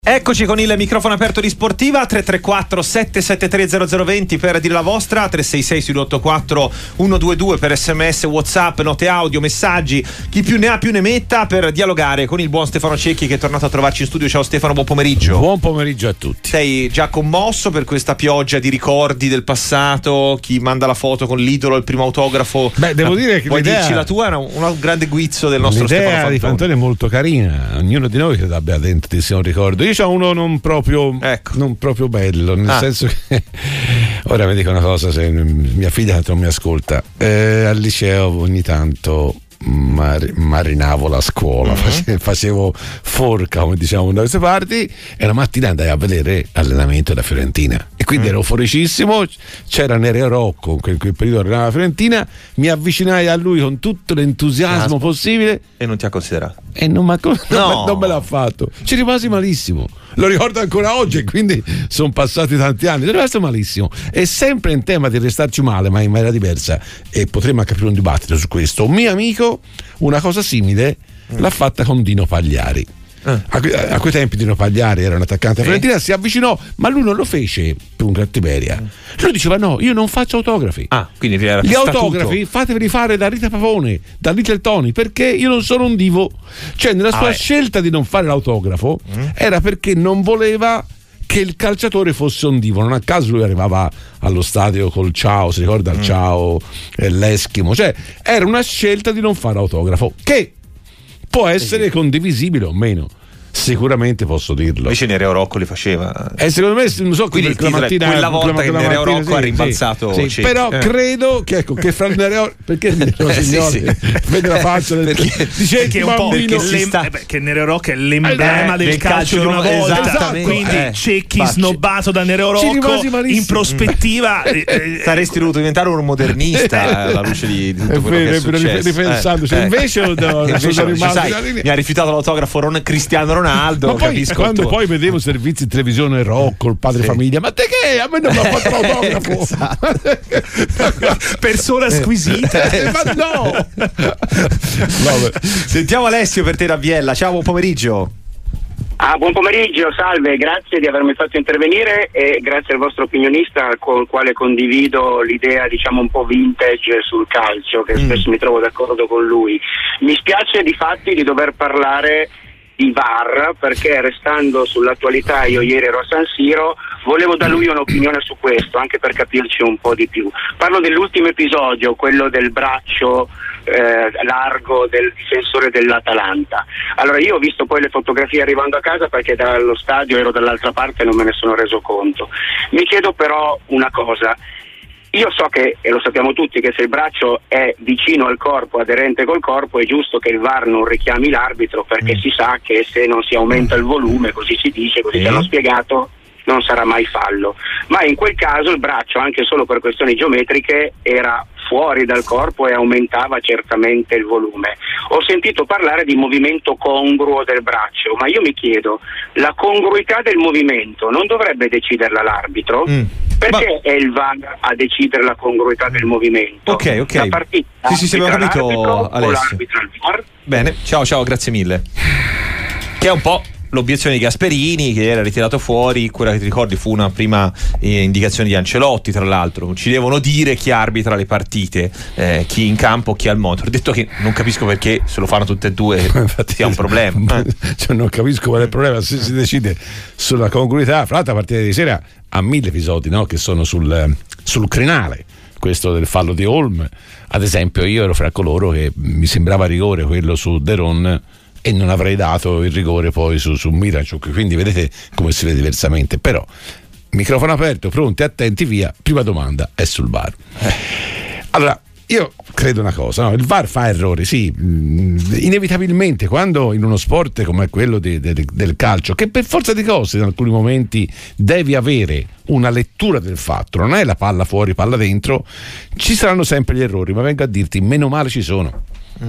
Eccoci con il microfono aperto di Sportiva. 334 773 0020 per dire la vostra, 366 684 122 per sms, whatsapp, note audio, messaggi, chi più ne ha più ne metta, per dialogare con il buon Stefano Cecchi, che è tornato a trovarci in studio. Ciao Stefano, buon pomeriggio. Buon pomeriggio a tutti. Sei già commosso per questa pioggia di ricordi del passato? Chi manda la foto con l'idolo, il primo autografo? Beh, devo dire che vuoi dirci la tua? Un grande guizzo del nostro Stefano Fantoni. L'idea di Fantoni è molto carina, ognuno di noi credo abbia dentro un ricordo. Io c'ho uno non proprio bello, nel senso che ora mi dico una cosa, se mia figlia non mi ascolta, al liceo ogni tanto marinavo la scuola, facevo forca, come diciamo da queste parti, e la mattina andai a vedere l'allenamento della Fiorentina e quindi ero fuoricissimo. C'era Nereo Rocco, in quel periodo allenava la Fiorentina, mi avvicinai a lui con tutto l'entusiasmo possibile e non ti ha considerato e non me l'ha fatto. Ci rimasi malissimo, lo ricordo ancora oggi, e quindi sono passati tanti anni, ci rimasto malissimo. È sempre in tema di restarci male, ma in maniera diversa, e potremmo aprire un dibattito su questo. Un mio amico una cosa simile l'ha fatta con Dino Pagliari. A quei tempi Dino Pagliari era un attaccante fiorentina, si avvicinò, ma lui non lo fece per un cattiveria. Lui diceva: no, io non faccio autografi. Quindi gli autografi fateveli fare da Rita Pavone, da Little Tony, perché io non sono un divo. Cioè, nella sua scelta di non fare l'autografo era perché non voleva che il calciatore fosse un divo. Non a caso lui arrivava allo stadio col ciao, si ricorda il ciao, l'Eschimo. Cioè, era una scelta di non fare autografo, che può essere condivisibile o meno. Sicuramente posso dirlo. Invece Nereo Rocco li faceva. Secondo me, non so, quindi quella volta che Nereo Rocco ha rimbalzato. Sì, però credo che fra il Nereo, perché signore, vede la faccia dice che un po' che Nereo Rocco è l'emblema del calcio di una volta. Quindi Cecchi snobbato da Nereo Rocco, in prospettiva saresti dovuto diventare un modernista alla luce di tutto quello che è successo. Ripensandoci, invece mi ha rifiutato l'autografo Cristiano Ronaldo. Ma poi, quando poi vedevo servizi in televisione, Rocco, il padre famiglia, ma te che? A me non mi ha fatto l'autografo. Persona squisita. Ma no. Sentiamo Alessio per te da Biella. Ciao, buon pomeriggio. Buon pomeriggio, salve, grazie di avermi fatto intervenire e grazie al vostro opinionista con il quale condivido l'idea, diciamo, un po' vintage sul calcio, che spesso mi trovo d'accordo con lui. Mi spiace di fatti di dover parlare di VAR, perché restando sull'attualità, io ieri ero a San Siro, volevo da lui un'opinione su questo, anche per capirci un po' di più. Parlo dell'ultimo episodio, quello del braccio largo del difensore dell'Atalanta. Allora, io ho visto poi le fotografie arrivando a casa, perché dallo stadio ero dall'altra parte e non me ne sono reso conto. Mi chiedo però una cosa. Io so che, e lo sappiamo tutti, che se il braccio è vicino al corpo, aderente col corpo, è giusto che il VAR non richiami l'arbitro, perché si sa che se non si aumenta il volume, così si dice, così ci hanno spiegato, non sarà mai fallo. Ma in quel caso il braccio, anche solo per questioni geometriche, era fuori dal corpo e aumentava certamente il volume. Ho sentito parlare di movimento congruo del braccio, ma io mi chiedo, la congruità del movimento non dovrebbe deciderla l'arbitro? Perché è il VAR a decidere la congruità del movimento? Ok. La partita Sì, abbiamo capito, Alessio. L'arbitro al VAR? Bene, ciao, grazie mille. Che è un po' l'obiezione di Gasperini, che era ritirato fuori. Quella che ti ricordi fu una prima indicazione di Ancelotti, tra l'altro. Ci devono dire chi arbitra le partite, chi in campo, chi al monitor. Ho detto che non capisco perché se lo fanno tutte e due sia un problema. Cioè, non capisco qual è il problema se si decide sulla congruità. Fra l'altro, a partire di sera ha 1000 episodi, no? Che sono sul crinale. Questo del fallo di Holm, ad esempio, io ero fra coloro che mi sembrava rigore quello su De Ron, e non avrei dato il rigore poi su Miranchuk, quindi vedete come si vede diversamente. Però microfono aperto, pronti, attenti, via. Prima domanda è sul VAR. Allora, io credo una cosa, no? Il VAR fa errori, sì, inevitabilmente, quando in uno sport come quello del calcio, che per forza di cose in alcuni momenti devi avere una lettura del fatto, non è la palla fuori, palla dentro, ci saranno sempre gli errori, ma vengo a dirti, meno male ci sono.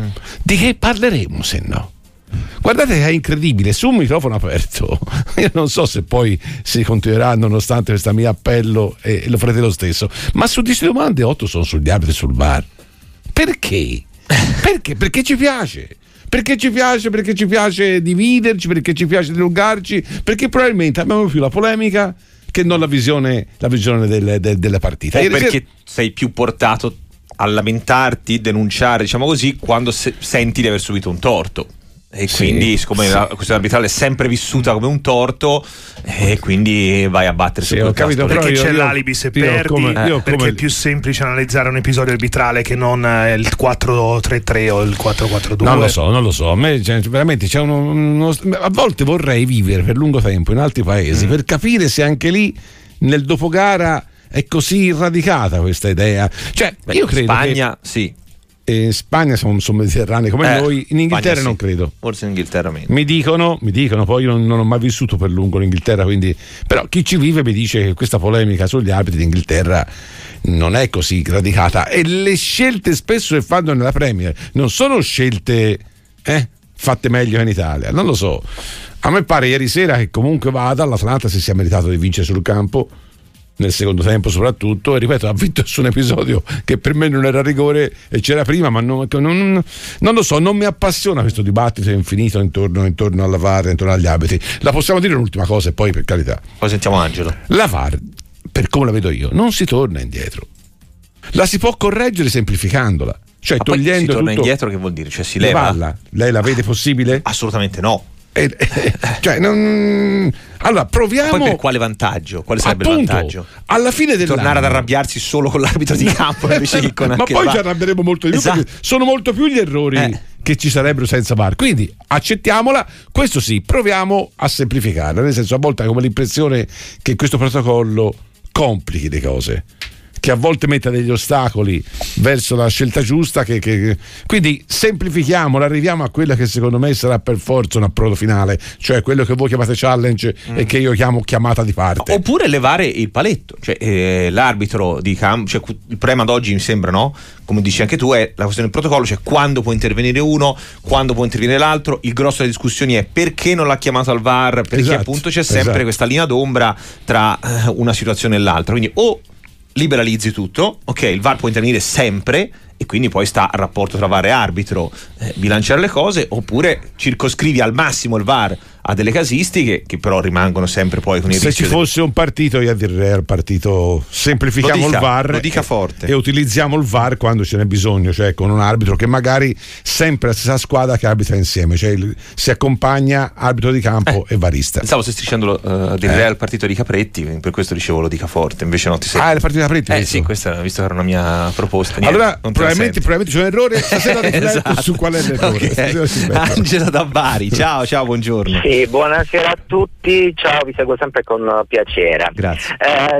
Di che parleremo se no? Guardate che è incredibile, su un microfono aperto io non so se poi si continuerà, nonostante questo mio appello, e lo farete lo stesso, ma su 10 domande 8 sono sugli arbitri, sul VAR. Perché? Perché ci piace, Perché ci piace dividerci, perché ci piace dilungarci, perché probabilmente abbiamo più la polemica che non la visione della partita. O perché sei più portato a lamentarti, denunciare, diciamo così, quando senti di aver subito un torto. E quindi, siccome la questione arbitrale è sempre vissuta come un torto, e quindi vai a battere su quel capito, perché c'è l'alibi se perdi, perché è più semplice analizzare un episodio arbitrale che non il 4-3-3 o il 4-4-2. Non lo so. A me veramente c'è a volte vorrei vivere per lungo tempo in altri paesi per capire se anche lì nel dopogara è così radicata questa idea. Cioè, io credo Spagna, sì. In Spagna sono mediterranei come noi, in Inghilterra Spagna, non credo. Forse in Inghilterra meno. Mi dicono, poi io non ho mai vissuto per lungo in Inghilterra, quindi però chi ci vive mi dice che questa polemica sugli arbitri d'Inghilterra non è così radicata, e le scelte spesso che fanno nella Premier non sono scelte fatte meglio che in Italia, non lo so. A me pare ieri sera che comunque l'Atalanta si sia meritato di vincere sul campo, nel secondo tempo soprattutto, e ripeto, ha vinto su un episodio che per me non era rigore e c'era prima, ma non lo so, non mi appassiona questo dibattito infinito intorno alla VAR, intorno agli arbitri. La possiamo dire un'ultima cosa e poi, per carità, poi sentiamo Angelo. La VAR, per come la vedo io, non si torna indietro, la si può correggere semplifichicandola, cioè ma togliendo poi si torna tutto. Indietro che vuol dire? Cioè si leva? Palla. Lei la vede possibile? Assolutamente no. Cioè allora proviamo. Poi per quale vantaggio? Quale sarebbe il vantaggio? Alla fine dell'anno tornare ad arrabbiarsi solo con l'arbitro di campo invece che con anche ma poi ci arrabbieremo molto di più, perché sono molto più gli errori che ci sarebbero senza VAR, quindi accettiamola, questo sì, proviamo a semplificarla, nel senso, a volte ho come l'impressione che questo protocollo complichi le cose, che a volte metta degli ostacoli verso la scelta giusta, quindi semplifichiamola, arriviamo a quella che secondo me sarà per forza un approdo finale, cioè quello che voi chiamate challenge e che io chiamo chiamata di parte. Oppure levare il paletto, cioè l'arbitro di campo, cioè il problema d'oggi mi sembra, no? Come dici anche tu, è la questione del protocollo, cioè quando può intervenire uno, quando può intervenire l'altro. Il grosso delle discussioni è perché non l'ha chiamato al VAR, perché appunto c'è sempre questa linea d'ombra tra una situazione e l'altra, quindi o liberalizzi tutto, ok, il VAR può intervenire sempre e quindi poi sta al rapporto tra VAR e arbitro bilanciare le cose, oppure circoscrivi al massimo il VAR a delle casistiche che però rimangono sempre poi con il rischio. Se ci fosse un partito, io direi al partito semplifichiamo il VAR, lo dica forte, e utilizziamo il VAR quando ce n'è bisogno, cioè con un arbitro che magari sempre la stessa squadra che arbitra insieme, cioè si accompagna arbitro di campo e varista. Pensavo stai strisciando direi al partito di Capretti, per questo dicevo lo dica forte, invece no, ti sei. Il partito di Capretti? Sì, questa visto che era una mia proposta. Allora probabilmente c'è un errore, stasera rifletto su qual è l'errore. Okay. Angela da Bari, ciao, buongiorno. Sì, buonasera a tutti, ciao, vi seguo sempre con piacere. Grazie.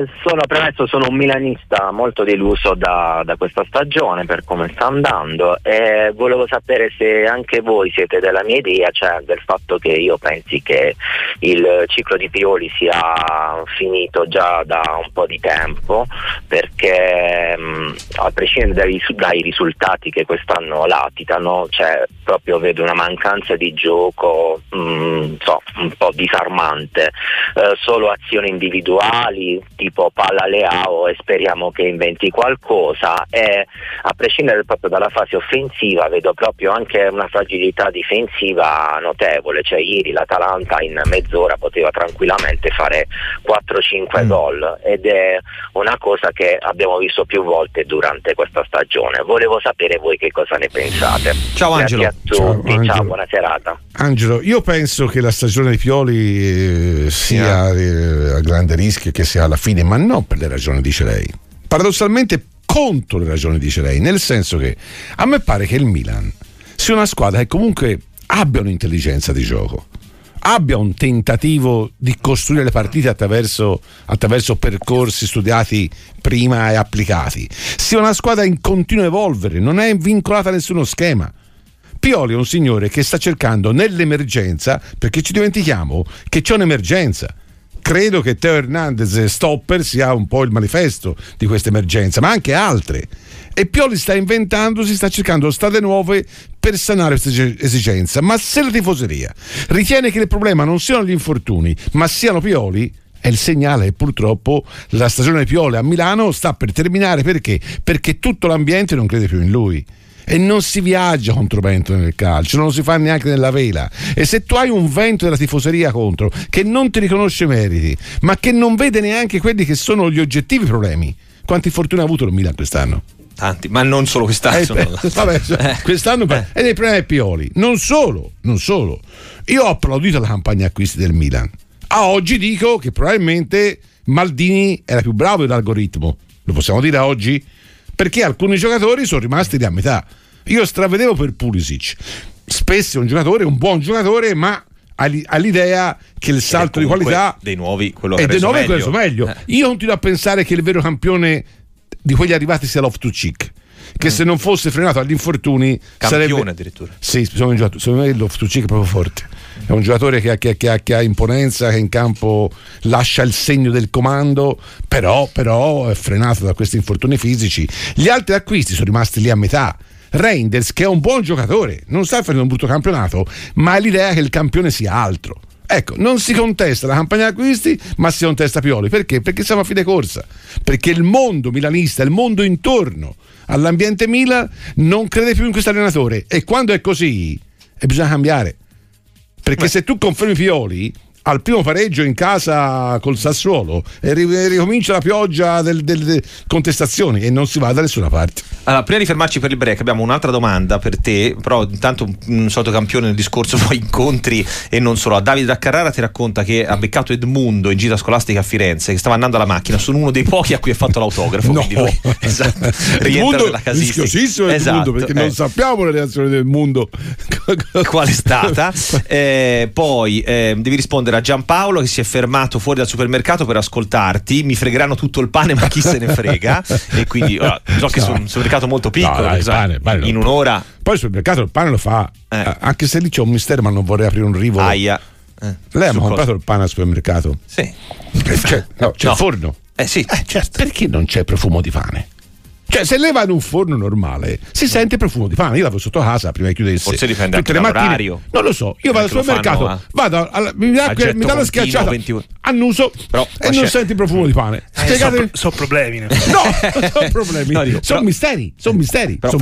Sono un milanista molto deluso da questa stagione per come sta andando, e volevo sapere se anche voi siete della mia idea, cioè del fatto che io pensi che il ciclo di Pioli sia finito già da un po' di tempo, perché a prescindere dai risultati che quest'anno latitano, cioè proprio vedo una mancanza di gioco un po' disarmante, solo azioni individuali tipo palla Leao, e speriamo che inventi qualcosa, e a prescindere proprio dalla fase offensiva vedo proprio anche una fragilità difensiva notevole, cioè ieri l'Atalanta in mezz'ora poteva tranquillamente fare 4-5 gol, ed è una cosa che abbiamo visto più volte durante questa stagione. Volevo sapere voi che cosa ne pensate. Ciao Angelo. Grazie a tutti, ciao, buona serata. Angelo, io penso che la stagione di Pioli sia a grande rischio, che sia alla fine, ma non per le ragioni dice lei. Paradossalmente contro le ragioni dice lei, nel senso che a me pare che il Milan sia una squadra che comunque abbia un'intelligenza di gioco, abbia un tentativo di costruire le partite attraverso percorsi studiati prima e applicati, sia una squadra in continuo evolvere, non è vincolata a nessuno schema. Pioli è un signore che sta cercando nell'emergenza, perché ci dimentichiamo che c'è un'emergenza. Credo che Teo Hernandez stopper sia un po' il manifesto di questa emergenza, ma anche altre. E Pioli sta cercando strade nuove per sanare questa esigenza. Ma se la tifoseria ritiene che il problema non siano gli infortuni, ma siano Pioli, è il segnale che purtroppo la stagione di Pioli a Milano sta per terminare. Perché? Perché tutto l'ambiente non crede più in lui. e non si viaggia contro vento nel calcio, non lo si fa neanche nella vela. E se tu hai un vento della tifoseria contro che non ti riconosce meriti, ma che non vede neanche quelli che sono gli oggettivi problemi, quanti fortune ha avuto il Milan quest'anno? Tanti, ma non solo quest'anno. Quest'anno e dei problemi Pioli. Non solo. Io ho applaudito la campagna acquisti del Milan. A oggi dico che probabilmente Maldini era più bravo dell'algoritmo. Lo possiamo dire oggi? Perché alcuni giocatori sono rimasti lì a metà. Io stravedevo per Pulisic. Spesso è un buon giocatore, ma ha l'idea che il salto di qualità dei nuovi quello che è reso meglio. Io continuo a pensare che il vero campione di quelli arrivati sia Loftus-Cheek, che se non fosse frenato agli infortuni campione addirittura. Sì, secondo me Loftus-Cheek è proprio forte. È un giocatore che ha imponenza, che in campo lascia il segno del comando, però è frenato da questi infortuni fisici. Gli altri acquisti sono rimasti lì a metà. Reinders, che è un buon giocatore, non sta facendo un brutto campionato, ma ha l'idea che il campione sia altro. Ecco, non si contesta la campagna acquisti, ma si contesta Pioli. Perché? Perché siamo a fine corsa. Perché il mondo milanista, il mondo intorno all'ambiente Milan non crede più in questo allenatore. E quando è così, bisogna cambiare. Perché se tu confermi Pioli al primo pareggio in casa col Sassuolo e ricomincia la pioggia delle contestazioni e non si va da nessuna parte. Allora, prima di fermarci per il break abbiamo un'altra domanda per te, però intanto un solito campione nel discorso poi incontri e non solo. Davide da Carrara ti racconta che ha beccato Edmundo in gita scolastica a Firenze, che stava andando alla macchina, sono uno dei pochi a cui ha fatto l'autografo. No. Quindi lui, esatto, rientra nella casistica. Rischiosissimo Edmundo, perché non sappiamo la reazione del mondo qual è stata. Poi devi rispondere a Giampaolo che si è fermato fuori dal supermercato per ascoltarti. Mi fregheranno tutto il pane, ma chi se ne frega. E quindi so che sono un supermercato molto piccolo, il pane in un'ora. Poi il supermercato il pane lo fa, anche se lì c'è un mistero, ma non vorrei aprire un rivolo. Lei ha comprato il pane al supermercato? Sì. C'è il forno? Sì. Certo. Perché non c'è profumo di pane? Cioè, se lei va in un forno normale si sente profumo di pane. Io l'avevo sotto casa prima che chiudesse. Forse dipende anche dall'orario. Non lo so. Io vado al supermercato, mi dà la schiacciata, 21. annuso e non senti il profumo di pane. Sono problemi. No, sono problemi. Sono misteri. Però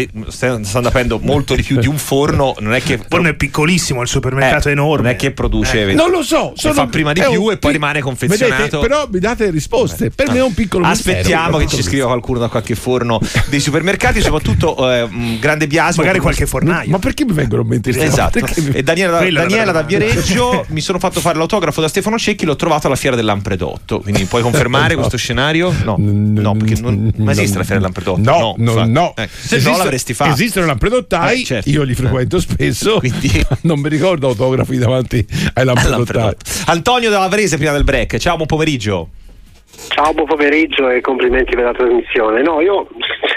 stanno aprendo molto di più di un forno. Non è che il forno è piccolissimo, il supermercato è enorme. Non è che produce. Non lo so. Fa prima di più e poi rimane confezionato. Vedete, però mi date risposte. Per me è un piccolo mistero. Aspettiamo che ci scriva qualcuno da qualche forno dei supermercati, soprattutto grande biasimo, magari qualche fornaio. Ma perché mi vengono in mente? Esatto. E Daniela da Viareggio mi sono fatto fare l'autografo da Stefano Cecchi, l'ho trovato alla fiera del Lampredotto, quindi puoi confermare questo scenario? No, perché non esiste la fiera del Lampredotto. No. Se no l'avresti fatto. Esistono lampredottai, certo. Io li frequento spesso, quindi non mi ricordo autografi davanti ai lampredottai. Antonio da Varese prima del break, ciao, buon pomeriggio. Ciao, buon pomeriggio e complimenti per la trasmissione. No, io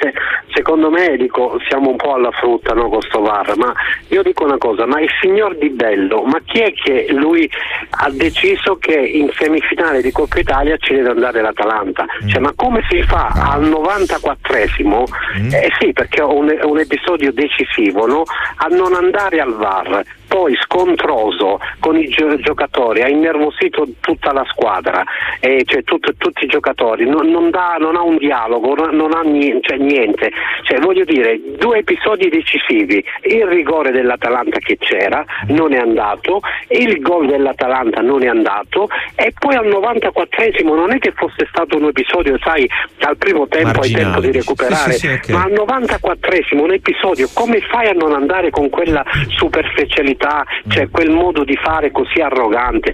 secondo me siamo un po' alla frutta, no, con sto VAR, ma io dico una cosa, ma il signor Di Bello, ma chi è che lui ha deciso che in semifinale di Coppa Italia ci deve andare l'Atalanta? Cioè, ma come si fa al 94esimo, sì, perché è un episodio decisivo, no, a non andare al VAR? Poi scontroso con i giocatori, ha innervosito tutta la squadra, cioè tutti i giocatori, non ha un dialogo, non ha niente, cioè, voglio dire, 2 episodi decisivi, il rigore dell'Atalanta che c'era non è andato, il gol dell'Atalanta non è andato, e poi al 94esimo non è che fosse stato un episodio, sai, al primo tempo hai tempo di recuperare, sì, okay. Ma al 94esimo un episodio, come fai a non andare con quella superficialità, cioè quel modo di fare così arrogante,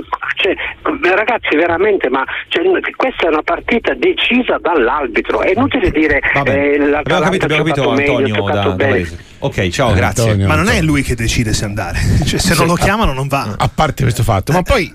ragazzi, veramente, questa è una partita decisa dall'arbitro, è inutile dire l'Atalanta abbiamo capito meglio, Antonio da ok, ciao, grazie. Antonio, ma non è lui che decide se andare, cioè, se non lo chiamano non va. A parte questo fatto, ma poi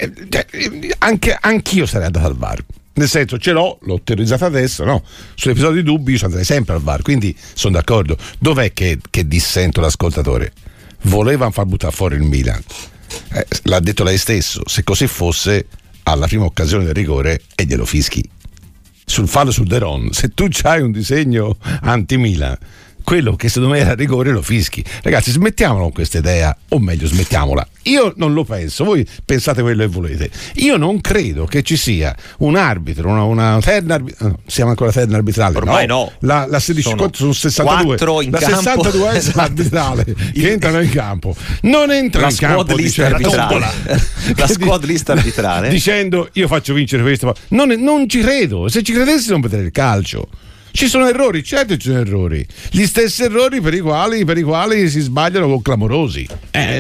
anch'io sarei andato al VAR. Nel senso, l'ho terrorizzata adesso, no? Su episodi dubbi io ci andrei sempre al VAR, quindi sono d'accordo. Dov'è che dissento l'ascoltatore? Volevano far buttare fuori il Milan, l'ha detto lei stesso, se così fosse alla prima occasione del rigore e glielo fischi. Sul fallo sul De Ron, se tu c'hai un disegno anti-Milan quello che secondo me era rigore lo fischi. Ragazzi, smettiamola con questa idea, o meglio smettiamola. Io non lo penso, voi pensate quello che volete. Io non credo che ci sia un arbitro, una terna siamo ancora terna arbitrale. Ormai no. La 16 sono 62. La 62 arbitrale che entrano in campo. Non entrano in campo la squad list arbitrale dicendo io faccio vincere questo. Non ci credo. Se ci credessi non vedrei il calcio. Ci sono errori, certo ci sono errori, gli stessi errori per i quali si sbagliano con clamorosi.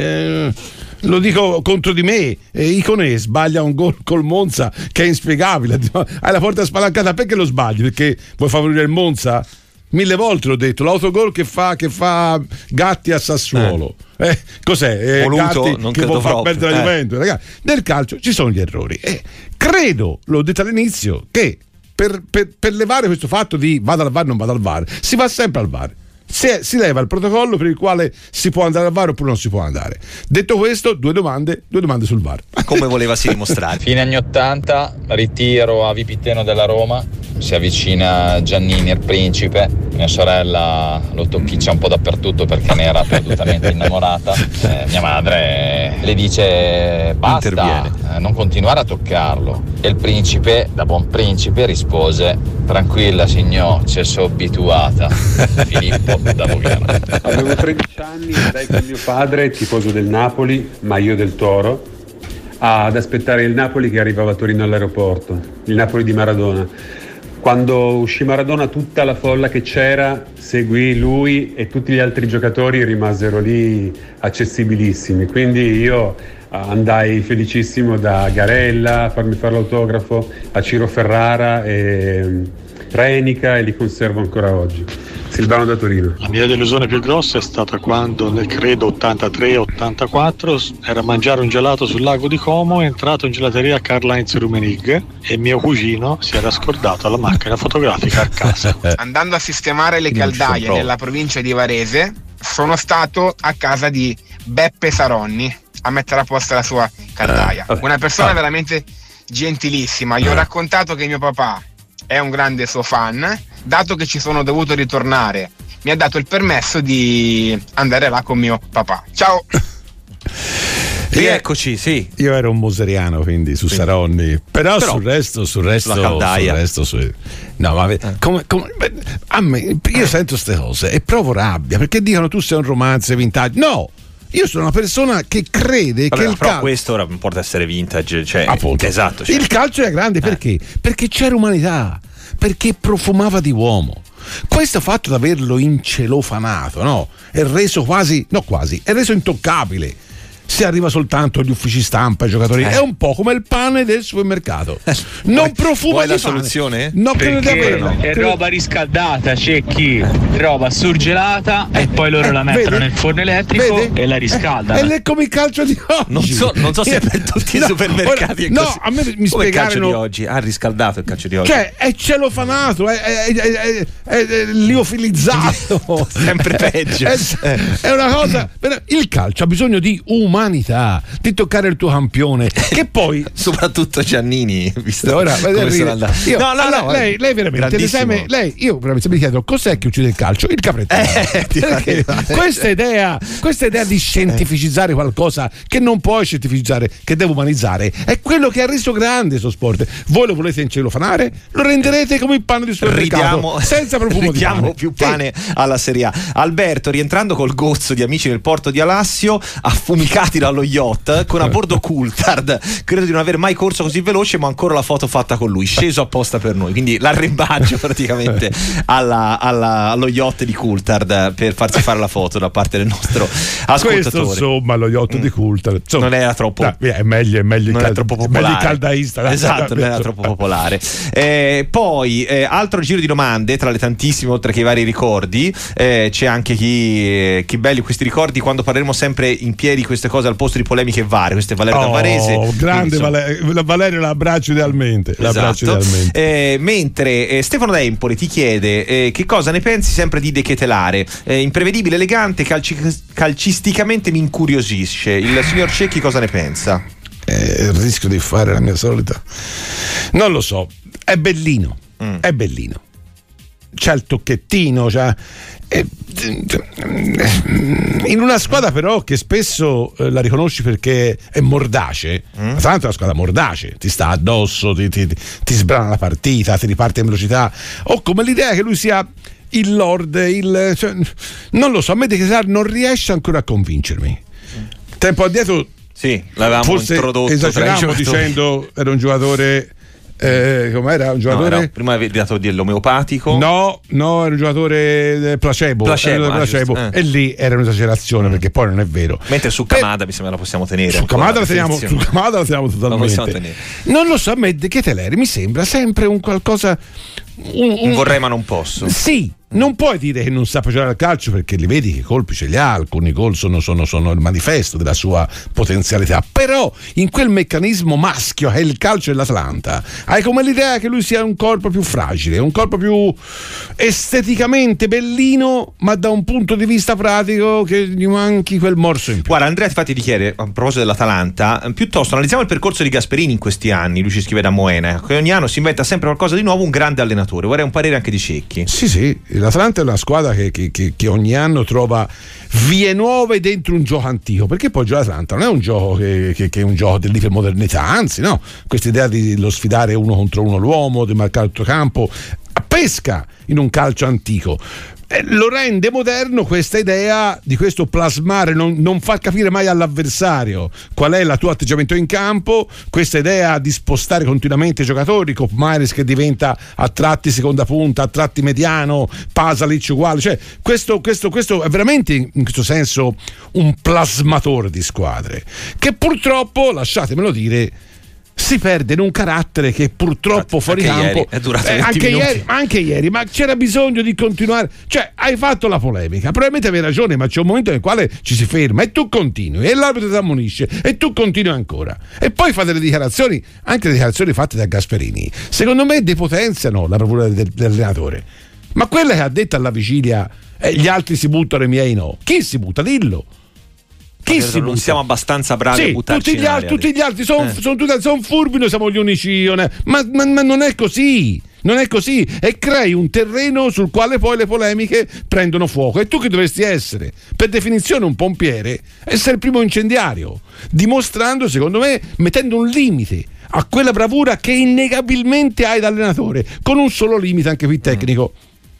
Lo dico contro di me, Icone sbaglia un gol col Monza che è inspiegabile. Hai la porta spalancata, perché lo sbagli? Perché vuoi favorire il Monza? 1000 volte l'ho detto, l'autogol che fa Gatti a Sassuolo. Cos'è? Voluto, Gatti che vuole far perdere la Juventus. Ragazzi, nel calcio ci sono gli errori. Credo, l'ho detto all'inizio, che per levare questo fatto di vado al VAR, non vado al VAR, si va sempre al VAR. Si leva il protocollo per il quale si può andare al VAR oppure non si può andare. Detto questo, due domande sul VAR. Come volevasi dimostrare? Fine anni 80, ritiro a Vipiteno della Roma, si avvicina Giannini il principe, mia sorella lo tocchiccia un po' dappertutto perché ne era perdutamente innamorata. Mia madre le dice basta, non continuare a toccarlo, e il principe, da buon principe, rispose tranquilla signor, ci sono abituata. Filippo da Lugano. Avevo 13 anni, andai con mio padre, tifoso del Napoli, ma io del Toro, ad aspettare il Napoli che arrivava a Torino all'aeroporto, il Napoli di Maradona. Quando uscì Maradona, tutta la folla che c'era seguì lui e tutti gli altri giocatori rimasero lì accessibilissimi, quindi io andai felicissimo da Garella a farmi fare l'autografo, a Ciro Ferrara e Renica, e li conservo ancora oggi. Silvano da Torino. La mia delusione più grossa è stata quando nel credo 83-84 era a mangiare un gelato sul lago di Como, è entrato in gelateria Karl-Heinz Rummenigge e mio cugino si era scordato la macchina fotografica a casa. Andando a sistemare le caldaie nella provincia di Varese, sono stato a casa di Beppe Saronni a mettere a posto la sua caldaia. Una persona veramente gentilissima. Gli ho raccontato che mio papà è un grande suo fan. Dato che ci sono dovuto ritornare, mi ha dato il permesso di andare là con mio papà. Ciao. Rieccoci, sì. Io ero un moseriano, quindi su Saronni, però sul resto no, ma a me, io sento queste cose e provo rabbia, perché dicono tu sei un romanzo vintage. No, io sono una persona che crede che il calcio, questo ora non porta a essere vintage, cioè, appunto, esatto, cioè. Il calcio è grande perché? Perché c'era umanità, perché profumava di uomo. Questo fatto di averlo incelofanato, no? È reso è reso intoccabile. Si arriva soltanto agli uffici stampa, ai giocatori. È un po' come il pane del supermercato. Non profuma di la pane. Soluzione? No, è roba riscaldata, Cecchi, roba surgelata e poi loro la mettono nel forno elettrico e la riscaldano. Ed è come il calcio di oggi. Non so se è per tutti i supermercati è così. A me mi spiegano il calcio di oggi. Ha riscaldato il calcio di oggi. Cioè, è celofanato, è liofilizzato. Sempre peggio. È una cosa. Il calcio ha bisogno di umanità, di toccare il tuo campione, che poi soprattutto Giannini, visto ora come sono andati. Lei veramente l'esame, io veramente mi chiedo cos'è che uccide il calcio? Il caprettino. Questa idea di scientificizzare qualcosa che non puoi scientificizzare, che deve umanizzare, è quello che ha reso grande questo sport. Voi lo volete incelofanare? Lo renderete come il pane di supermercato, senza profumo di pane. Più pane alla Serie A. Alberto, rientrando col gozzo di amici nel porto di Alassio, affumicati dallo yacht con a bordo Coulthard. Credo di non aver mai corso così veloce, ma ancora la foto fatta con lui, sceso apposta per noi, quindi l'arrembaggio praticamente allo yacht di Coulthard per farsi fare la foto da parte del nostro ascoltatore. Questo insomma, lo yacht di Coulthard non era troppo, è meglio non è troppo popolare, il caldaista, esatto, non era troppo popolare. Poi altro giro di domande tra le tantissime, oltre che i vari ricordi, c'è anche chi belli questi ricordi quando parleremo sempre in piedi queste cose al posto di polemiche varie. Questo è Valerio da Varese, grande Valerio, l'abbraccio idealmente, mentre Stefano da Empoli ti chiede che cosa ne pensi sempre di De Ketelare, imprevedibile, elegante, calcisticamente mi incuriosisce. Il signor Cecchi cosa ne pensa? Rischio di fare la mia solita, non lo so, è bellino, c'ha il tocchettino, in una squadra però che spesso la riconosci perché è mordace. L'Atalanta è una squadra mordace, ti sta addosso, ti sbrana la partita, ti riparte in velocità. Ho come l'idea che lui sia il Lord, non lo so, a me De Ketelaere non riesce ancora a convincermi. Tempo addietro l'avevamo forse introdotto, esageravamo dicendo era un giocatore com'era un giocatore? No, prima avevi dato dell'omeopatico. No, era un giocatore placebo. E lì era un'esagerazione perché poi non è vero. Mentre su Kamada mi sembra la possiamo tenere. Su Kamada la teniamo totalmente. Non lo so, a me De Ketelaere mi sembra sempre un qualcosa. Un vorrei ma non posso. Sì, non puoi dire che non sa giocare al calcio perché li vedi che colpi ce li ha, alcuni gol sono il manifesto della sua potenzialità, però in quel meccanismo maschio che è il calcio dell'Atalanta hai come l'idea che lui sia un corpo più fragile, un corpo più esteticamente bellino, ma da un punto di vista pratico che gli manchi quel morso in più. Guarda, Andrea infatti ti chiede, a proposito dell'Atalanta, piuttosto analizziamo il percorso di Gasperini in questi anni. Lui ci scrive da Moena che ogni anno si inventa sempre qualcosa di nuovo, un grande allenatore. Vorrei un parere anche di Cecchi. Sì, l'Atalanta è una squadra che ogni anno trova vie nuove dentro un gioco antico, perché poi l'Atalanta non è un gioco che è un gioco dell'ipermodernità, anzi no, questa idea di lo sfidare uno contro uno l'uomo, di marcare il tuo campo, pesca in un calcio antico. Lo rende moderno questa idea di questo plasmare, non far capire mai all'avversario qual è il tuo atteggiamento in campo, questa idea di spostare continuamente i giocatori, Koopmeiners che diventa a tratti seconda punta, a tratti mediano, Pasalic uguale, cioè questo è veramente in questo senso un plasmatore di squadre che purtroppo, lasciatemelo dire, si perde in un carattere che purtroppo fuori campo è durato 20 minuti. Anche ieri, ma c'era bisogno di continuare. Cioè, hai fatto la polemica, probabilmente avevi ragione, ma c'è un momento nel quale ci si ferma e tu continui e l'arbitro ti ammonisce e tu continui ancora e poi fate le dichiarazioni, anche le dichiarazioni fatte da Gasperini, secondo me depotenziano la bravura dell'allenatore. Ma quella che ha detto alla vigilia gli altri si buttano, i miei no, chi si butta? Dillo. Non siamo abbastanza bravi a buttarci in aria. Tutti gli altri sono furbi, noi siamo gli unici, ma non è così. Non è così, e crei un terreno sul quale poi le polemiche prendono fuoco. E tu che dovresti essere, per definizione, un pompiere, essere il primo incendiario, dimostrando, secondo me, mettendo un limite a quella bravura che innegabilmente hai da allenatore, con un solo limite anche qui tecnico.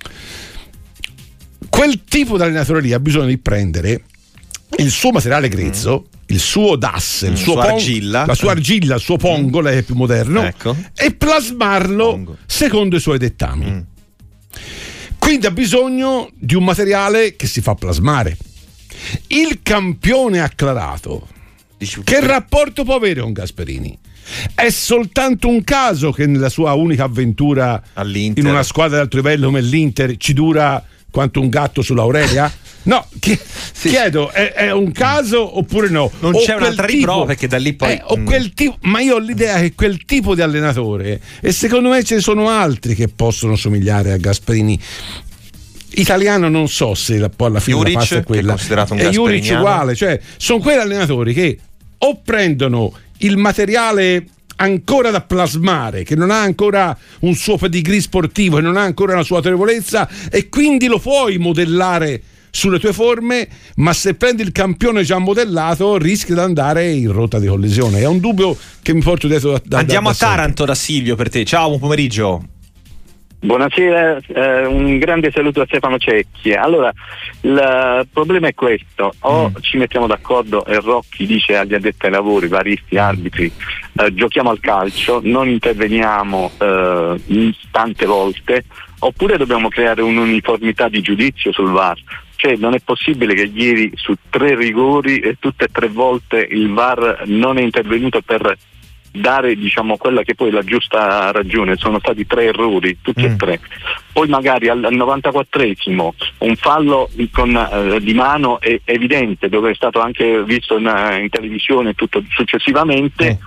Quel tipo di allenatore lì ha bisogno di prendere il suo materiale grezzo, il suo DAS, la sua argilla, il suo pongo, lei è più moderno, ecco, e plasmarlo secondo i suoi dettami. Quindi ha bisogno di un materiale che si fa plasmare. Il campione acclarato, che rapporto può avere con Gasperini? È soltanto un caso che nella sua unica avventura all'Inter, in una squadra di alto livello come l'Inter, ci dura quanto un gatto sull'Aurelia? No, chiedo, è un caso oppure no? Non c'è un'altra riprova, perché da lì poi quel tipo, ma io ho l'idea che quel tipo di allenatore, e secondo me ce ne sono altri che possono somigliare a Gasperini, italiano non so se poi alla fine Juric, la pasta è quella, è considerato un e Juric uguale, cioè sono quegli allenatori che o prendono il materiale ancora da plasmare, che non ha ancora un suo pedigree sportivo, che non ha ancora una sua autorevolezza, e quindi lo puoi modellare sulle tue forme, ma se prendi il campione già modellato rischi di andare in rotta di collisione. È un dubbio che mi porto dietro Andiamo a Taranto da Silvio per te. Ciao, buon pomeriggio. Buonasera, un grande saluto a Stefano Cecchi. Allora, il problema è questo: o ci mettiamo d'accordo e Rocchi dice agli addetti ai lavori, varisti, arbitri, giochiamo al calcio, non interveniamo tante volte, oppure dobbiamo creare un'uniformità di giudizio sul VAR. Cioè, non è possibile che ieri su 3 rigori e tutte e 3 volte il VAR non è intervenuto per dare, diciamo, quella che poi è la giusta ragione. Sono stati 3 errori, tutti e 3. Poi magari al 94esimo un fallo di mano è evidente, dove è stato anche visto in televisione tutto successivamente,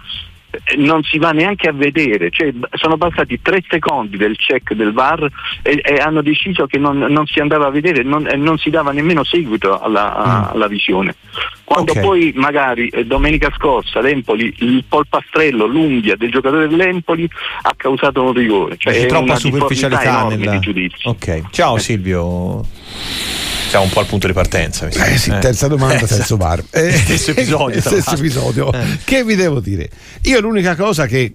non si va neanche a vedere, cioè sono passati 3 secondi del check del VAR e hanno deciso che non si andava a vedere, non si dava nemmeno seguito alla visione. Quando poi magari domenica scorsa l'Empoli, il polpastrello, l'unghia del giocatore dell'Empoli ha causato un rigore, cioè c'è troppa una superficialità di giudizio. Ok, ciao Silvio. Siamo un po' al punto di partenza. Terza domanda, terzo VAR. Stesso episodio. Che vi devo dire? Io l'unica cosa che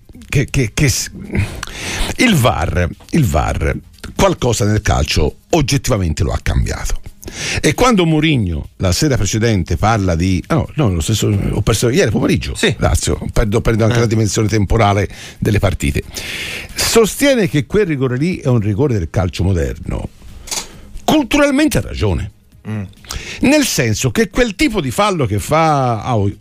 il VAR qualcosa nel calcio oggettivamente lo ha cambiato. E quando Mourinho la sera precedente parla di lo stesso ho perso ieri pomeriggio, Lazio, perdo anche la dimensione temporale delle partite, sostiene che quel rigore lì è un rigore del calcio moderno, culturalmente ha ragione. Nel senso che quel tipo di fallo che fa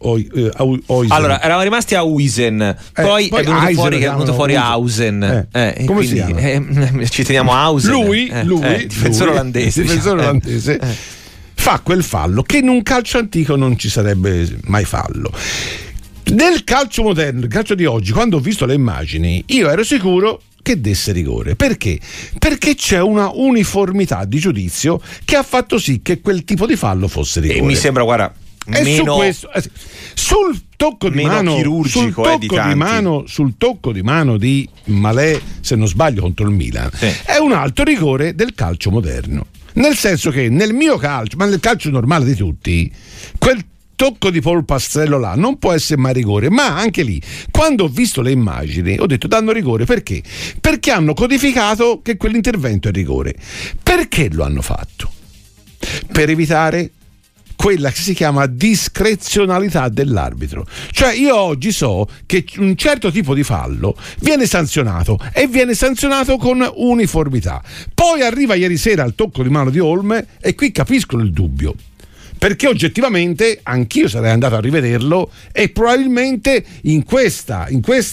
allora eravamo rimasti a Huijsen, poi è venuto fuori Hausen, come si chiama? Ci teniamo a Hausen, lui difensore olandese, fa quel fallo che in un calcio antico non ci sarebbe mai fallo. Nel calcio moderno, il calcio di oggi, quando ho visto le immagini, io ero sicuro che desse rigore. Perché? Perché c'è una uniformità di giudizio che ha fatto sì che quel tipo di fallo fosse rigore. E mi sembra, guarda, meno sul tocco di mano chirurgico, sul tocco di mano di Malé, se non sbaglio, contro il Milan, è un altro rigore del calcio moderno. Nel senso che nel mio calcio, ma nel calcio normale di tutti, quel tocco di polpastrello là non può essere mai rigore. Ma anche lì, quando ho visto le immagini, ho detto danno rigore. Perché? Perché hanno codificato che quell'intervento è rigore. Perché lo hanno fatto? Per evitare quella che si chiama discrezionalità dell'arbitro. Cioè io oggi so che un certo tipo di fallo viene sanzionato e viene sanzionato con uniformità. Poi arriva ieri sera al tocco di mano di Olme e qui capisco il dubbio, perché oggettivamente anch'io sarei andato a rivederlo e probabilmente in questa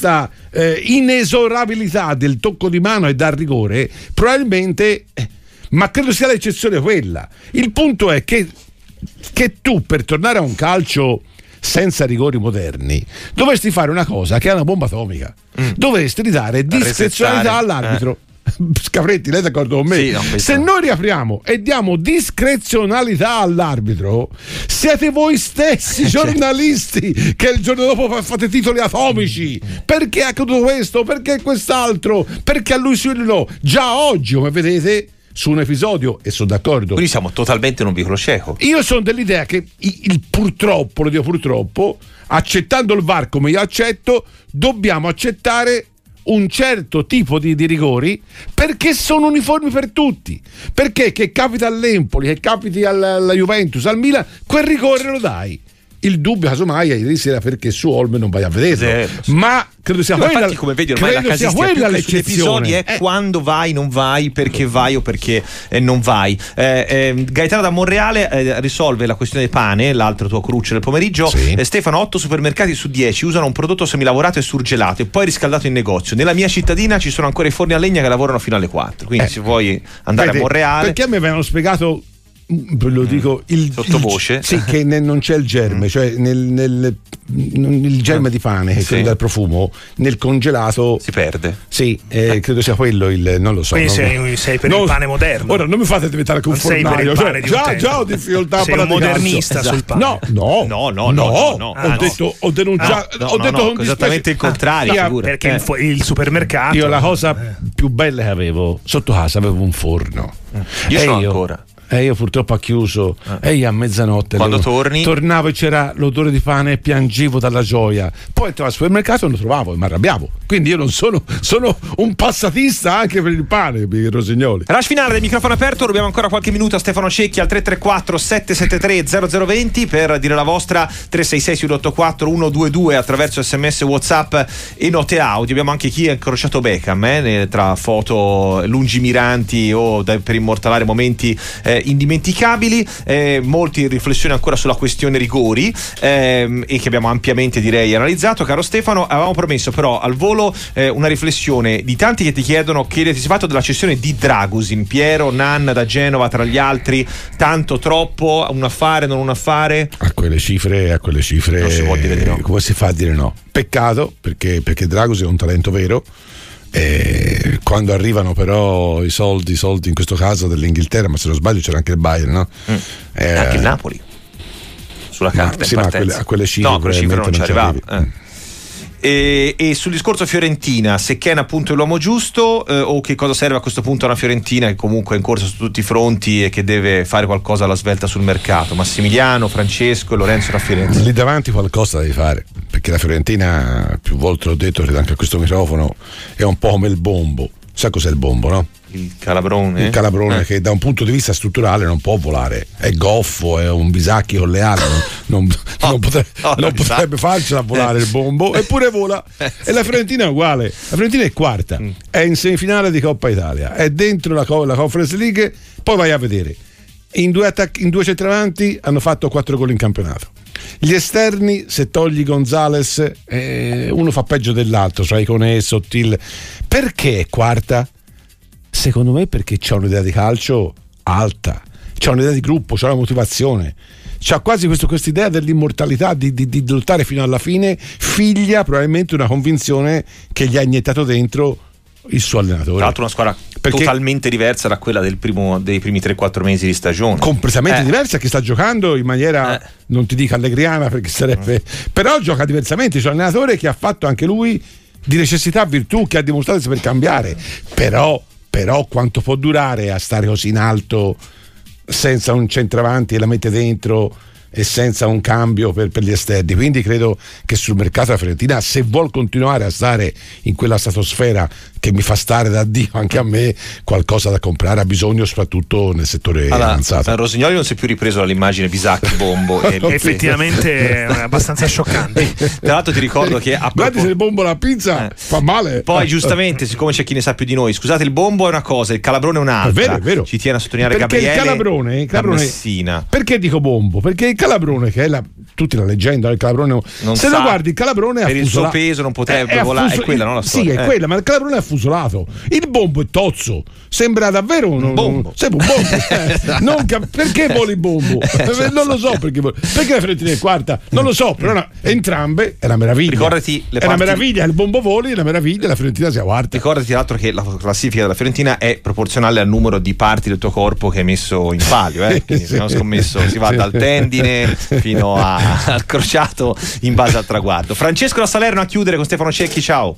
inesorabilità del tocco di mano e dal rigore probabilmente ma credo sia l'eccezione quella. Il punto è che tu, per tornare a un calcio senza rigori moderni, dovresti fare una cosa che è una bomba atomica. Dovresti ridare discrezionalità all'arbitro. Scapretti, lei è d'accordo con me? Sì, se noi riapriamo e diamo discrezionalità all'arbitro, siete voi stessi giornalisti che il giorno dopo fate titoli atomici. Perché è accaduto questo? Perché quest'altro? Perché a lui sì o no? Già oggi, come vedete, su un episodio, e sono d'accordo, quindi siamo totalmente in un vicolo cieco. Io sono dell'idea che purtroppo, lo dico purtroppo, accettando il VAR come io accetto, dobbiamo accettare un certo tipo di rigori, perché sono uniformi per tutti. Perché che capita all'Empoli, che capiti alla Juventus, al Milan, quel rigore lo dai. Il dubbio casomai ieri sera perché su Olme non vai a vederlo, ma credo sia quella, infatti, come vedi, ormai la casistica l'episodio è quando vai, non vai, perché vai o perché non vai. Gaetano da Monreale risolve la questione del pane, l'altro tuo cruce del pomeriggio. Stefano, 8 supermercati su 10 usano un prodotto semilavorato e surgelato e poi riscaldato in negozio. Nella mia cittadina ci sono ancora i forni a legna che lavorano fino alle 4, quindi se vuoi andare a Monreale, perché a me avevano spiegato, lo dico sottovoce, che non c'è il germe, cioè il germe di pane che dal profumo nel congelato si perde. Credo sia quello non lo so. Quindi sei per il pane moderno. Ora non mi fate diventare anche un fornaio, già ho difficoltà. Sei un modernista sul pane. No. Ho denunciato, ho detto esattamente il contrario, perché il supermercato, io la cosa più bella che avevo sotto casa, avevo un forno. Io ce l'ho ancora. Io purtroppo ha chiuso e io a mezzanotte quando tornavo e c'era l'odore di pane e piangevo dalla gioia. Poi entravo al supermercato e non lo trovavo e mi arrabbiavo. Quindi io non sono un passatista anche per il pane, Rossignoli. Rush finale del microfono aperto, rubiamo ancora qualche minuto a Stefano Cecchi al 334 773 0020 per dire la vostra. 366 684 122 attraverso SMS, WhatsApp e note audio. Abbiamo anche chi ha incrociato Beckham tra foto lungimiranti o per immortalare momenti indimenticabili. Molti riflessioni ancora sulla questione rigori, e che abbiamo ampiamente, direi, analizzato. Caro Stefano, avevamo promesso però al volo una riflessione di tanti che ti chiedono che ti sei fatto della cessione di Dragusin. Piero, Nan da Genova tra gli altri, tanto, troppo, un affare, non un affare? A quelle cifre non si può dire di no. Come si fa a dire no? Peccato, perché Dragusin è un talento vero. Quando arrivano però i soldi in questo caso dell'Inghilterra, ma se non sbaglio c'era anche il Bayern, no? Anche il Napoli sulla carta, sì, ma a quelle cifre, no, quelle cifre non ci arrivava. E sul discorso Fiorentina, se Ken appunto è l'uomo giusto, o che cosa serve a questo punto a una Fiorentina che comunque è in corsa su tutti i fronti e che deve fare qualcosa alla svelta sul mercato? Massimiliano, Francesco e Lorenzo da Firenze. Lì davanti qualcosa devi fare, perché la Fiorentina, più volte l'ho detto anche a questo microfono, è un po' come il Bombo. Sai cos'è il Bombo, no? Il Calabrone. Il Calabrone che da un punto di vista strutturale non può volare, è goffo, è un bisacchi con le ali, non potrebbe farcela a volare il Bombo, eppure vola. E la Fiorentina è uguale, la Fiorentina è quarta, è in semifinale di Coppa Italia, è dentro la Conference League. Poi vai a vedere, in due centravanti hanno fatto 4 gol in campionato. Gli esterni, se togli Gonzales, uno fa peggio dell'altro, cioè Iconè, Sottil. Perché è quarta? Secondo me perché c'ha un'idea di calcio alta, c'ha un'idea di gruppo, c'ha una motivazione, c'ha quasi questa idea dell'immortalità, di lottare fino alla fine, figlia probabilmente una convinzione che gli ha iniettato dentro il suo allenatore. Tra l'altro una squadra totalmente diversa da quella dei primi 3-4 mesi di stagione, completamente diversa, che sta giocando in maniera non ti dico allegriana, perché sarebbe però gioca diversamente. C'è un allenatore che ha fatto anche lui di necessità virtù, che ha dimostrato di saper cambiare, però quanto può durare a stare così in alto senza un centravanti e la mette dentro e senza un cambio per gli esterni? Quindi credo che sul mercato la Fiorentina, se vuol continuare a stare in quella stratosfera che mi fa stare da Dio anche a me, qualcosa da comprare ha bisogno, soprattutto nel settore avanzato. Rosignoli non si è più ripreso dall'immagine Bisacchi Bombo effettivamente è abbastanza scioccante. Tra l'altro ti ricordo che guardi, se il Bombo la pizza fa male. Poi giustamente, siccome c'è chi ne sa più di noi, scusate, il Bombo è una cosa, il Calabrone è un'altra. È vero. Ci tiene a sottolineare perché Gabriele il Calabrone, perché dico Bombo? Perché il Calabrone, che è tutti la leggenda, il Calabrone se lo guardi, il Calabrone per il suo peso non potrebbe volare, è quella, non la storia. Sì, è quella, ma il Calabrone è affusolato. Il Bombo è tozzo, sembra davvero un bombo. Sembra un bombo. Perché voli il Bombo? Non lo so perché la Fiorentina è quarta, non lo so, però entrambe è una meraviglia. Ricordati una meraviglia il Bombo voli, è una meraviglia la Fiorentina sia quarta. Ricordati tra l'altro che la classifica della Fiorentina è proporzionale al numero di parti del tuo corpo che hai messo in palio, quindi se non scommesso si va dal tendine fino al crociato in base al traguardo. Francesco da Salerno a chiudere con Stefano Cecchi, ciao.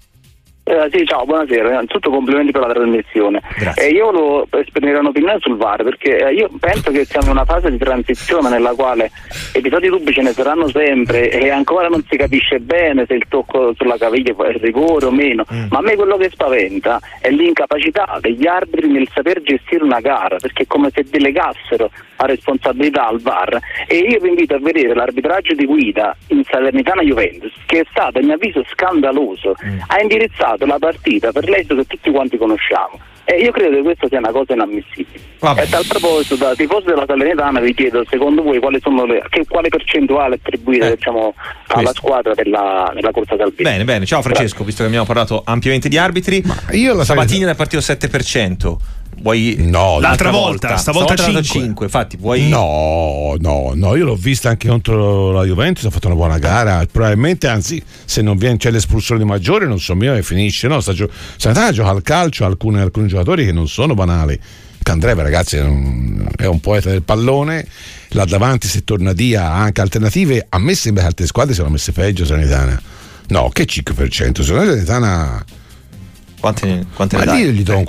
Sì, ciao, buonasera. Innanzitutto complimenti per la trasmissione. Io volevo esprimere un'opinione sul VAR, perché io penso che siamo in una fase di transizione nella quale episodi dubbi ce ne saranno sempre e ancora non si capisce bene se il tocco sulla caviglia è rigore o meno, ma a me quello che spaventa è l'incapacità degli arbitri nel saper gestire una gara, perché è come se delegassero la responsabilità al VAR. E io vi invito a vedere l'arbitraggio di guida in Salernitana Juventus, che è stato a mio avviso scandaloso. Ha indirizzato la partita per l'esito che tutti quanti conosciamo, e io credo che questa sia una cosa inammissibile. E a tal proposito, da tifosi della Salernitana vi chiedo, secondo voi quale percentuale attribuire alla squadra nella corsa salvezza? Bene, ciao Francesco. Visto che abbiamo parlato ampiamente di arbitri, stamattina è partito 7%. L'altra volta, stavolta 5. Infatti vuoi... No, io l'ho vista anche contro la Juventus, ha fatto una buona gara, probabilmente, anzi, se non c'è l'espulsione di Maggiore non so mio e finisce, no? Salernitana gioca al calcio, alcuni giocatori che non sono banali. Candreva, ragazzi, è un poeta del pallone. Là davanti, se torna Dia, ha anche alternative. A me sembra che altre squadre siano messe peggio. Salernitana no, che 5%, Salernitana quante ma lì gli do un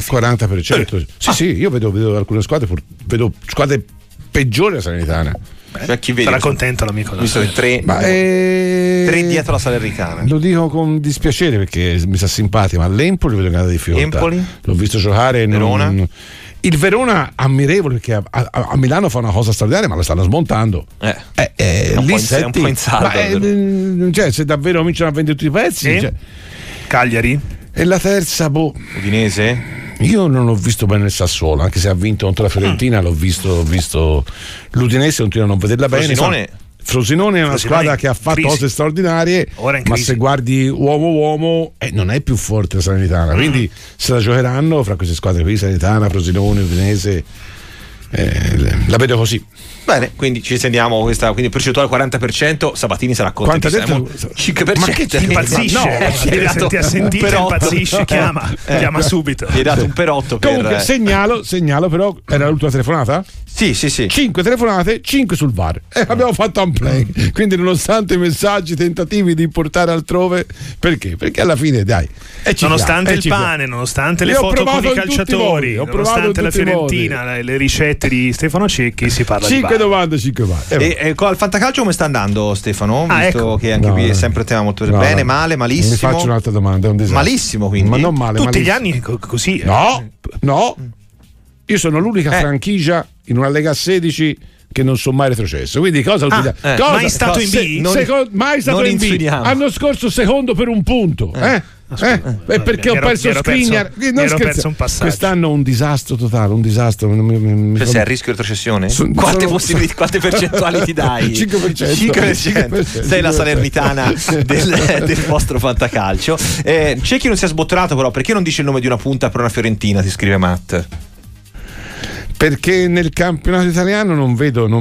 40%. Sì, io vedo alcune squadre, vedo squadre peggiori della Salernitana. Sarà contento l'amico. Visto che tre dietro la Salernitana. Lo dico con dispiacere perché mi sa simpatico, ma l'Empoli vedo una difficoltà. L'ho visto giocare. Verona. Il Verona ammirevole, perché a Milano fa una cosa straordinaria, ma la stanno smontando. È un po' in saldo. Se davvero cominciano a vendere tutti i pezzi. Cagliari. E la terza, Udinese? Io non ho visto bene il Sassuolo, anche se ha vinto contro la Fiorentina, l'ho visto l'Udinese, continuo a non vederla bene. Frosinone è una squadra che ha fatto cose straordinarie, ma se guardi uomo non è più forte la Salernitana, quindi se la giocheranno fra queste squadre qui, Salernitana, Frosinone, Udinese, la vedo così. Bene, quindi ci stendiamo questa, quindi percentuale 40%, Sabatini sarà contento. 5%. Ma che impazzisce? Se ha sentito impazzisce, chiama subito. Gli hai dato un perotto per... Comunque segnalo però, era l'ultima telefonata? Sì. 5 telefonate, 5 sul VAR. Abbiamo fatto un play. Quindi nonostante i messaggi, tentativi di portare altrove, perché? Perché alla fine, dai, nonostante il pane, nonostante le foto con i calciatori, nonostante la Fiorentina, le ricette di Stefano Cecchi, si parla di 5 domande, 5 VAR. E al fantacalcio come sta andando, Stefano? Visto che anche qui è sempre tema molto bene, male, malissimo. Mi faccio un'altra domanda, è un disastro. Malissimo, quindi. Ma non male, tutti malissimo. Gli anni così. No. Io sono l'unica franchigia in una Lega 16 che non sono mai retrocesso. Quindi cosa mai stato in B? Mai stato in B. L'anno scorso secondo per un punto. Perché ho perso Skriniar. Quest'anno un disastro totale, un disastro. Sei a rischio di retrocessione? Quante percentuali ti dai? 5%. Sei la Salernitana del vostro fantacalcio. C'è chi non si è sbottolato, però perché non dice il nome di una punta per una Fiorentina, ti scrive Matt. Perché nel campionato italiano non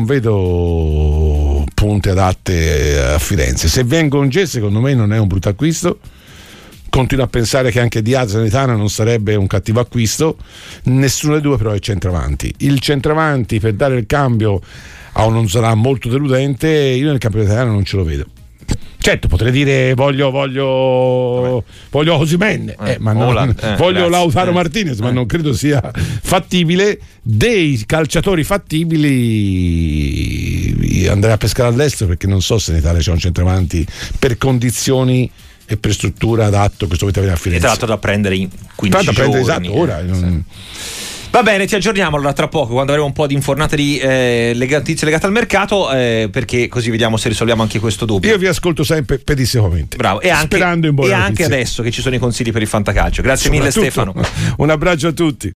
vedo punte adatte a Firenze. Se Vengonge, secondo me non è un brutto acquisto. Continuo a pensare che anche Diaz Salernitana non sarebbe un cattivo acquisto. Nessuno dei due però è centravanti. Il centravanti per dare il cambio a un non sarà molto deludente. Io nel campionato italiano non ce lo vedo. Certo, potrei dire voglio Osimhen, ma voglio Lautaro Martinez, ma non credo sia fattibile. Dei calciatori fattibili andrei a pescare all'estero, perché non so se in Italia c'è un centravanti per condizioni e per struttura adatto questo momento a Firenze. E tra l'altro da prendere in 15 giorni. Esatto, ora. Va bene, ti aggiorniamo allora tra poco, quando avremo un po' di infornate di notizie legate al mercato, perché così vediamo se risolviamo anche questo dubbio. Io vi ascolto sempre pedissequamente. Bravo, sperando in buona notizia. Anche adesso che ci sono i consigli per il fantacalcio. Grazie mille Stefano. Un abbraccio a tutti.